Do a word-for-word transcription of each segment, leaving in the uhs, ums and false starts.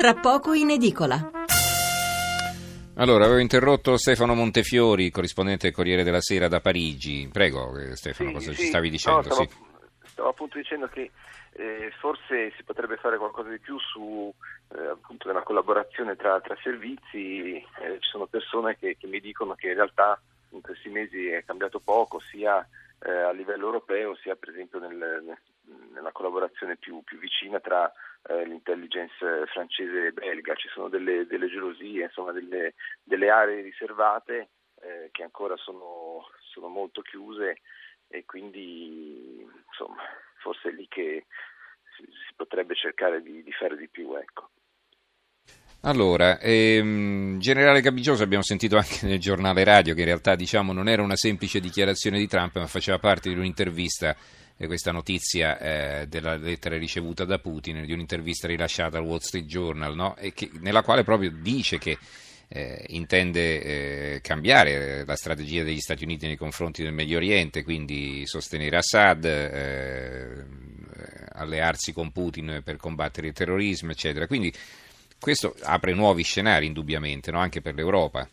tra poco in edicola. Allora, avevo interrotto Stefano Montefiori, corrispondente del Corriere della Sera da Parigi. Prego, Stefano, sì, cosa sì. ci stavi dicendo? No, stavo, sì. stavo appunto dicendo che eh, forse si potrebbe fare qualcosa di più su eh, appunto della collaborazione tra, tra servizi. Eh, ci sono persone che, che mi dicono che in realtà in questi mesi è cambiato poco, sia eh, a livello europeo, sia per esempio nel, nella collaborazione più, più vicina tra eh, l'intelligence francese e belga. Ci sono delle, delle gelosie, insomma delle, delle aree riservate eh, che ancora sono, sono molto chiuse, e quindi insomma forse è lì che si, si potrebbe cercare di, di fare di più, ecco. Allora, ehm, generale Gabigioso abbiamo sentito anche nel giornale radio che in realtà diciamo non era una semplice dichiarazione di Trump, ma faceva parte di un'intervista, eh, questa notizia eh, della lettera ricevuta da Putin, di un'intervista rilasciata al Wall Street Journal, no? E che, nella quale proprio dice che eh, intende eh, cambiare la strategia degli Stati Uniti nei confronti del Medio Oriente, quindi sostenere Assad, eh, allearsi con Putin per combattere il terrorismo, eccetera. Quindi questo apre nuovi scenari indubbiamente, no? Anche per l'Europa.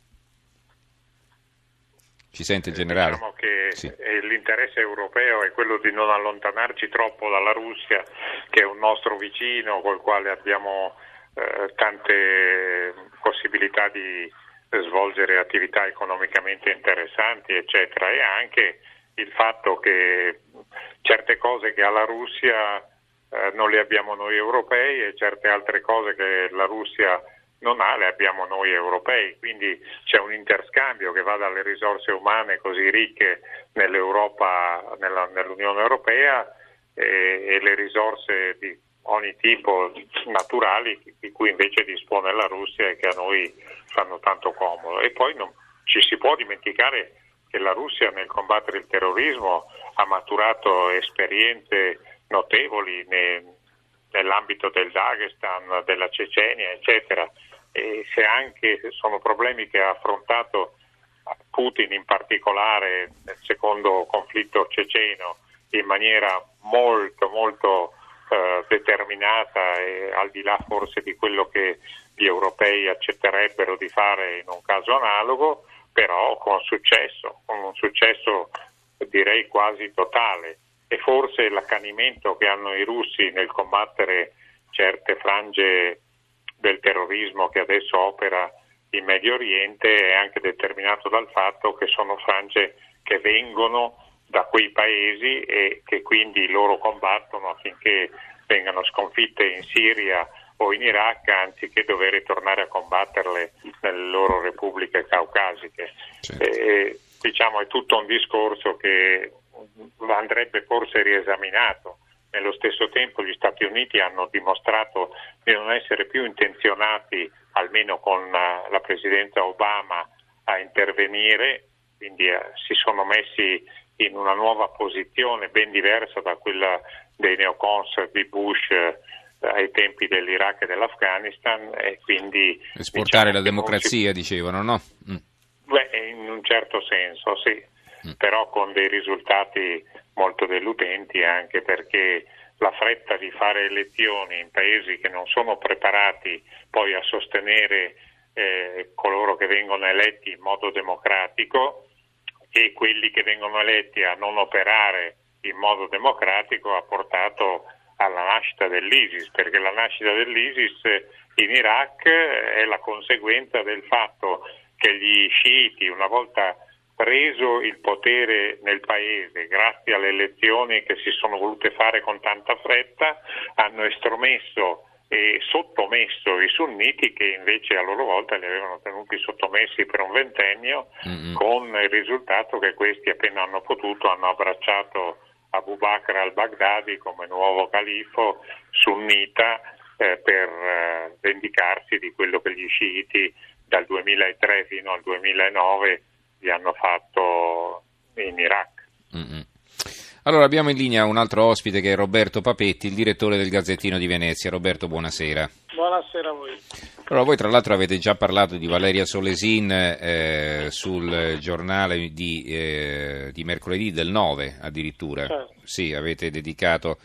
Ci sente, generale? Diciamo che sì. L'interesse europeo è quello di non allontanarci troppo dalla Russia, che è un nostro vicino col quale abbiamo eh, tante possibilità di svolgere attività economicamente interessanti, eccetera, e anche il fatto che certe cose che ha la Russia Eh, non le abbiamo noi europei, e certe altre cose che la Russia non ha le abbiamo noi europei, quindi c'è un interscambio che va dalle risorse umane così ricche nell'Europa, nella, nell'Unione Europea e, e le risorse di ogni tipo naturali di cui invece dispone la Russia e che a noi fanno tanto comodo. E poi non ci si può dimenticare che la Russia nel combattere il terrorismo ha maturato esperienze notevoli ne, nell'ambito del Dagestan, della Cecenia, eccetera, e se anche sono problemi che ha affrontato Putin in particolare nel secondo conflitto ceceno in maniera molto molto eh, determinata e al di là forse di quello che gli europei accetterebbero di fare in un caso analogo, però con successo, con un successo direi quasi totale. E forse l'accanimento che hanno i russi nel combattere certe frange del terrorismo che adesso opera in Medio Oriente è anche determinato dal fatto che sono frange che vengono da quei paesi e che quindi loro combattono affinché vengano sconfitte in Siria o in Iraq, anziché dover tornare a combatterle nelle loro repubbliche caucasiche. Certo. E, diciamo, è tutto un discorso che andrebbe forse riesaminato. Nello stesso tempo gli Stati Uniti hanno dimostrato di non essere più intenzionati, almeno con la presidenza Obama, a intervenire, quindi eh, si sono messi in una nuova posizione ben diversa da quella dei neocons di Bush eh, ai tempi dell'Iraq e dell'Afghanistan, e quindi esportare diciamo, la democrazia, si... dicevano, no? Mm. Beh, in un certo senso, sì. Però con dei risultati molto deludenti, anche perché la fretta di fare elezioni in paesi che non sono preparati poi a sostenere eh, coloro che vengono eletti in modo democratico e quelli che vengono eletti a non operare in modo democratico ha portato alla nascita dell'ISIS, perché la nascita dell'ISIS in Iraq è la conseguenza del fatto che gli sciiti, una volta preso il potere nel paese grazie alle elezioni che si sono volute fare con tanta fretta, hanno estromesso e sottomesso i sunniti, che invece a loro volta li avevano tenuti sottomessi per un ventennio, mm-hmm. con il risultato che questi appena hanno potuto hanno abbracciato Abu Bakr al-Baghdadi come nuovo califo sunnita eh, per eh, vendicarsi di quello che gli sciiti dal duemilatré fino al duemilanove gli hanno fatto in Iraq. Mm-hmm. Allora abbiamo in linea un altro ospite che è Roberto Papetti, il direttore del Gazzettino di Venezia. Roberto, buonasera. Buonasera a voi. Allora, voi tra l'altro avete già parlato di Valeria Solesin eh, sul giornale di, eh, di mercoledì del nove addirittura. Certo. Sì, avete dedicato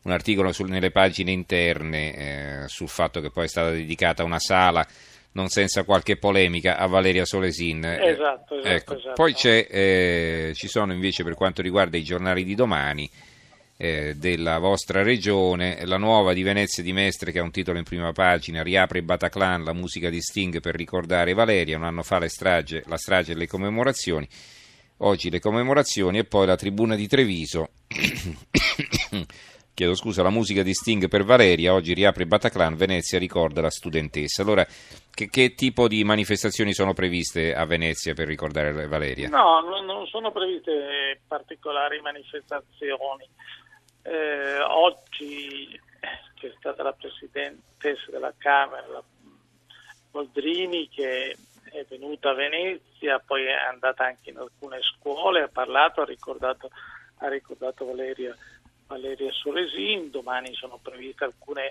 un articolo sul, nelle pagine interne eh, sul fatto che poi è stata dedicata una sala, non senza qualche polemica, a Valeria Solesin. Esatto, esatto, ecco. esatto. Poi c'è, eh, ci sono invece, per quanto riguarda i giornali di domani, eh, della vostra regione, la Nuova di Venezia di Mestre, che ha un titolo in prima pagina: riapre Bataclan, la musica di Sting per ricordare Valeria, un anno fa le strage, la strage e le commemorazioni, oggi le commemorazioni. E poi la Tribuna di Treviso chiedo scusa, la musica di Sting per Valeria, oggi riapre Bataclan, Venezia ricorda la studentessa. Allora, che, che tipo di manifestazioni sono previste a Venezia per ricordare Valeria? No, non, non sono previste particolari manifestazioni. Eh, oggi c'è stata la Presidentessa della Camera, la Boldrini, che è venuta a Venezia, poi è andata anche in alcune scuole, ha parlato, ha ricordato, ha ricordato Valeria Valeria Solesin. Domani sono previste alcune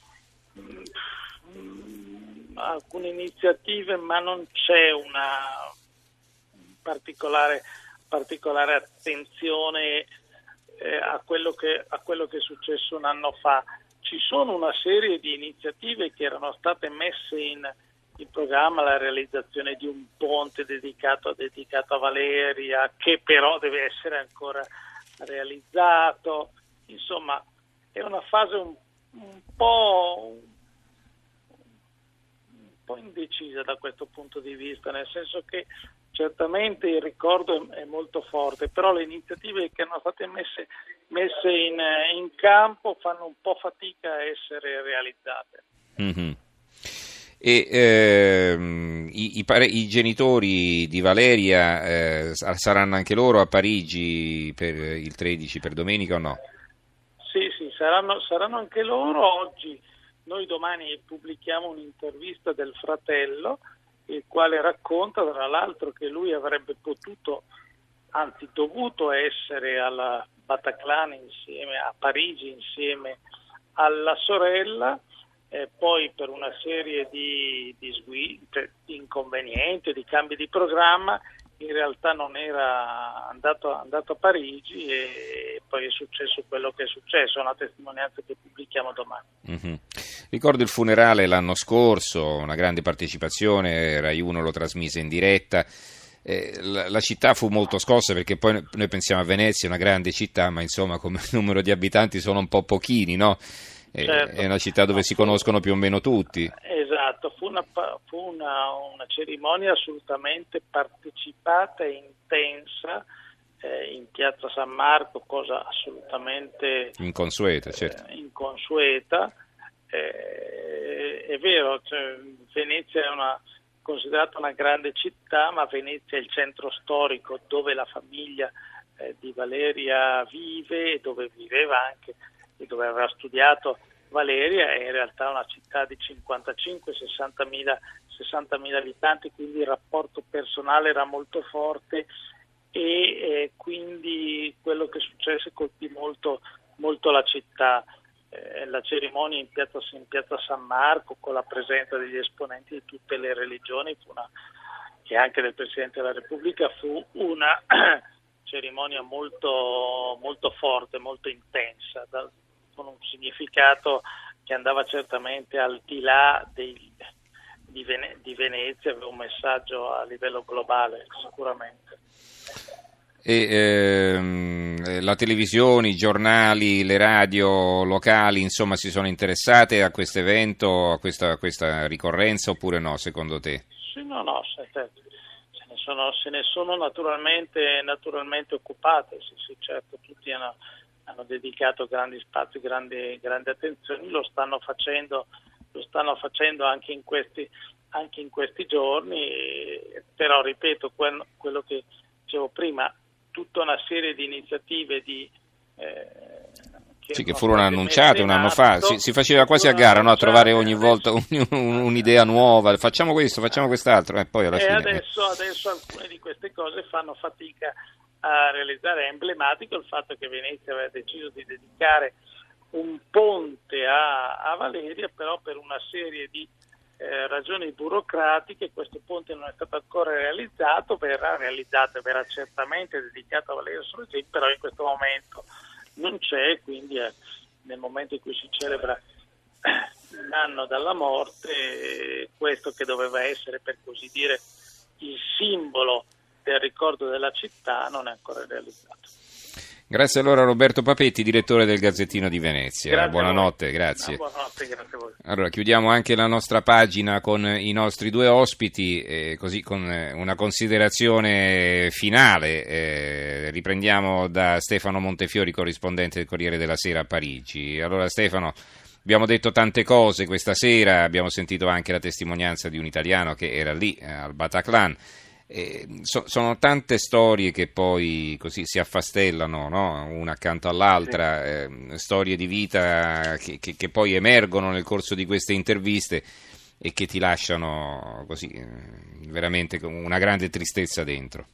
mh, alcune iniziative, ma non c'è una particolare particolare attenzione eh, a quello che a quello che è successo un anno fa. Ci sono una serie di iniziative che erano state messe in, in programma, la realizzazione di un ponte dedicato dedicato a Valeria, che però deve essere ancora realizzato. Insomma, è una fase un, un po' un po' indecisa da questo punto di vista, nel senso che certamente il ricordo è, è molto forte, però le iniziative che erano state messe, messe in, in campo fanno un po' fatica a essere realizzate. Mm-hmm. E ehm, i, i, pare, i genitori di Valeria eh, saranno anche loro a Parigi per il tredici, per domenica, o no? Sì, sì, saranno, saranno anche loro. Oggi noi domani pubblichiamo un'intervista del fratello, il quale racconta tra l'altro che lui avrebbe potuto, anzi dovuto essere alla Bataclan insieme a Parigi insieme alla sorella, eh, poi per una serie di, di, sguide, di inconvenienti, di cambi di programma, in realtà non era andato, andato a Parigi, e poi è successo quello che è successo. È una testimonianza che pubblichiamo domani. Mm-hmm. Ricordo il funerale l'anno scorso, una grande partecipazione, Rai uno lo trasmise in diretta. Eh, la, la città fu molto scossa, perché poi noi pensiamo a Venezia, una grande città, ma insomma come numero di abitanti sono un po' pochini, no? Eh, certo. È una città dove no, si conoscono più o meno tutti. Esatto, fu una, fu una, una cerimonia assolutamente partecipata e intensa eh, in piazza San Marco, cosa assolutamente inconsueta, certo. eh, inconsueta. Eh, è vero, cioè, Venezia è una, considerata una grande città, ma Venezia è il centro storico dove la famiglia eh, di Valeria vive, e dove viveva anche e dove aveva studiato Valeria. È in realtà una città di cinquantacinque sessantamila abitanti, quindi il rapporto personale era molto forte, e eh, quindi quello che successe colpì molto, molto la città. Eh, la cerimonia in piazza, in piazza San Marco, con la presenza degli esponenti di tutte le religioni, fu una, e anche del Presidente della Repubblica, fu una cerimonia molto, molto forte, molto intensa, da, con un significato che andava certamente al di là dei, di, Vene, di Venezia, aveva un messaggio a livello globale sicuramente. E ehm, la televisione, i giornali, le radio locali, insomma, si sono interessate a questo evento, a questa, a questa ricorrenza, oppure no, secondo te? Sì, no, no, se, se ne sono, se ne sono naturalmente, naturalmente occupate, sì, sì, certo, tutti hanno, hanno dedicato grandi spazi, grandi, grandi attenzioni, lo stanno facendo, lo stanno facendo anche in questi, anche in questi giorni, però ripeto, quello, quello che dicevo prima, tutta una serie di iniziative di, eh, che, sì, che furono annunciate un anno fa, si, si faceva quasi a gara, no, a trovare ogni volta un, un, un'idea nuova, facciamo questo, facciamo quest'altro, e poi alla e fine... adesso, adesso alcune di queste cose fanno fatica a realizzare. È emblematico il fatto che Venezia aveva deciso di dedicare un ponte a, a Valeria, però per una serie di Eh, ragioni burocratiche questo ponte non è stato ancora realizzato, verrà realizzato e verrà certamente dedicato a Valeria Solesin, però in questo momento non c'è, quindi è, nel momento in cui si celebra l'anno dalla morte, questo che doveva essere, per così dire, il simbolo del ricordo della città non è ancora realizzato. Grazie allora Roberto Papetti, direttore del Gazzettino di Venezia. Grazie buonanotte, grazie. No, buonanotte, grazie a voi. Allora, chiudiamo anche la nostra pagina con i nostri due ospiti, eh, così con una considerazione finale. Eh, riprendiamo da Stefano Montefiori, corrispondente del Corriere della Sera a Parigi. Allora Stefano, abbiamo detto tante cose questa sera, abbiamo sentito anche la testimonianza di un italiano che era lì, eh, al Bataclan. Eh, so, sono tante storie che poi così si affastellano, no? Una accanto all'altra, eh, storie di vita che, che, che poi emergono nel corso di queste interviste e che ti lasciano così eh, veramente con una grande tristezza dentro.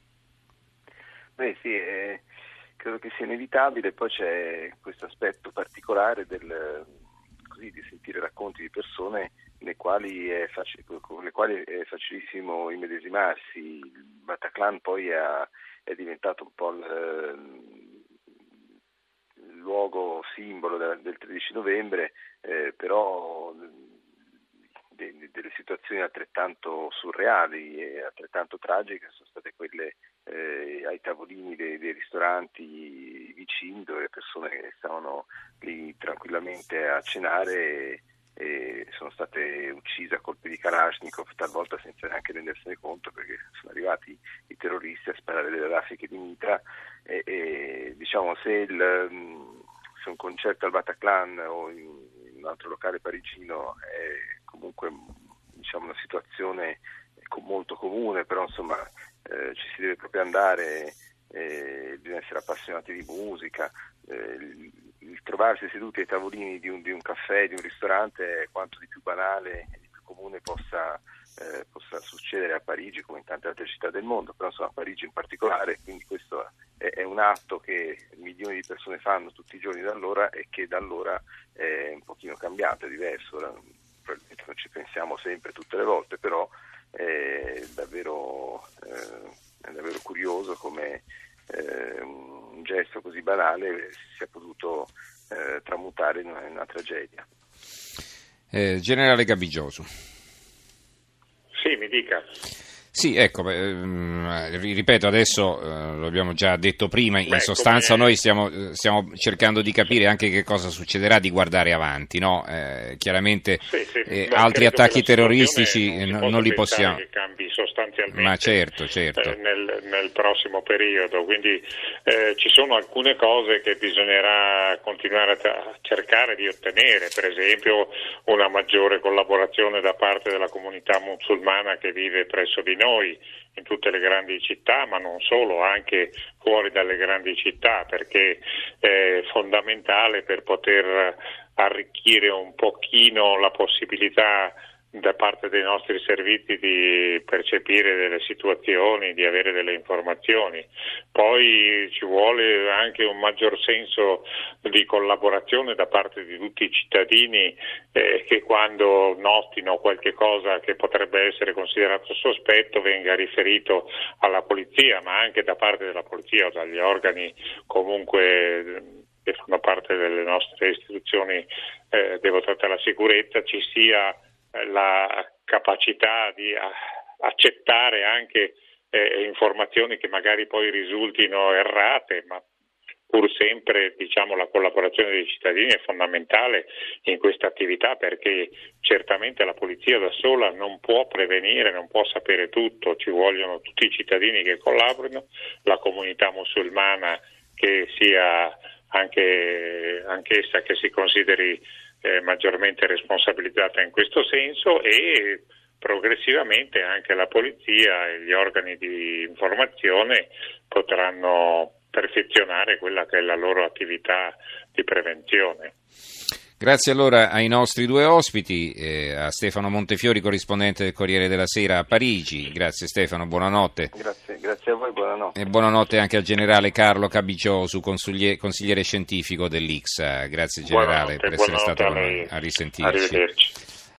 Beh sì, eh, credo che sia inevitabile. Poi c'è questo aspetto particolare del, così, di sentire racconti di persone le quali è facile, con le quali è facilissimo immedesimarsi. Il Bataclan poi ha, è diventato un po' il, il luogo simbolo del, del tredici novembre, eh, però de, de, delle situazioni altrettanto surreali e altrettanto tragiche sono state quelle eh, ai tavolini dei, dei ristoranti vicini, dove le persone stavano lì tranquillamente a cenare e, e sono state uccise a colpi di Kalashnikov, talvolta senza neanche rendersene conto, perché sono arrivati i terroristi a sparare delle raffiche di mitra e, e diciamo se, il, se un concerto al Bataclan o in un altro locale parigino è comunque, diciamo, una situazione molto comune, però insomma eh, ci si deve proprio andare, eh, bisogna essere appassionati di musica, eh, il, il trovarsi seduti ai tavolini di un, di un caffè, di un ristorante è quanto di più banale e di più comune possa, eh, possa succedere a Parigi come in tante altre città del mondo, però insomma a Parigi in particolare, quindi questo è, è un atto che milioni di persone fanno tutti i giorni da allora e che da allora è un pochino cambiato, è diverso. Ora, probabilmente non ci pensiamo sempre tutte le volte, però è davvero, eh, è davvero curioso come eh, un gesto così banale si sia potuto eh, tramutare in una, in una tragedia. Eh, Generale Gabigiosu. Sì, mi dica. Sì, ecco, eh, ripeto, adesso eh, lo abbiamo già detto prima, in Beh, sostanza come... noi stiamo, stiamo cercando di capire anche che cosa succederà, di guardare avanti, no? Eh, chiaramente sì, sì, eh, altri attacchi terroristici non, non, non li possiamo... che cambi sostanzialmente Ma certo, certo. Eh, nel, nel prossimo periodo, quindi eh, ci sono alcune cose che bisognerà continuare a cercare di ottenere, per esempio una maggiore collaborazione da parte della comunità musulmana che vive presso di noi in tutte le grandi città, ma non solo, anche fuori dalle grandi città, perché è fondamentale per poter arricchire un pochino la possibilità da parte dei nostri servizi di percepire delle situazioni, di avere delle informazioni. Poi ci vuole anche un maggior senso di collaborazione da parte di tutti i cittadini eh, che quando notino qualche cosa che potrebbe essere considerato sospetto venga riferito alla polizia, ma anche da parte della polizia o dagli organi comunque che fanno parte delle nostre istituzioni eh, devotate alla sicurezza, ci sia la capacità di accettare anche eh, informazioni che magari poi risultino errate, ma pur sempre, diciamo, la collaborazione dei cittadini è fondamentale in questa attività, perché certamente la polizia da sola non può prevenire, non può sapere tutto, ci vogliono tutti i cittadini che collaborino, la comunità musulmana che sia anche anch'essa che si consideri Eh, maggiormente responsabilizzata in questo senso, e progressivamente anche la polizia e gli organi di informazione potranno perfezionare quella che è la loro attività di prevenzione. Grazie allora ai nostri due ospiti, eh, a Stefano Montefiori, corrispondente del Corriere della Sera a Parigi. Grazie Stefano, buonanotte. Grazie, grazie a voi, buonanotte. E buonanotte anche al generale Carlo Cabigiosu, consigliere, consigliere scientifico dell'I C S A. Grazie generale buonanotte, per essere stato con noi. noi, a risentirci. Arrivederci.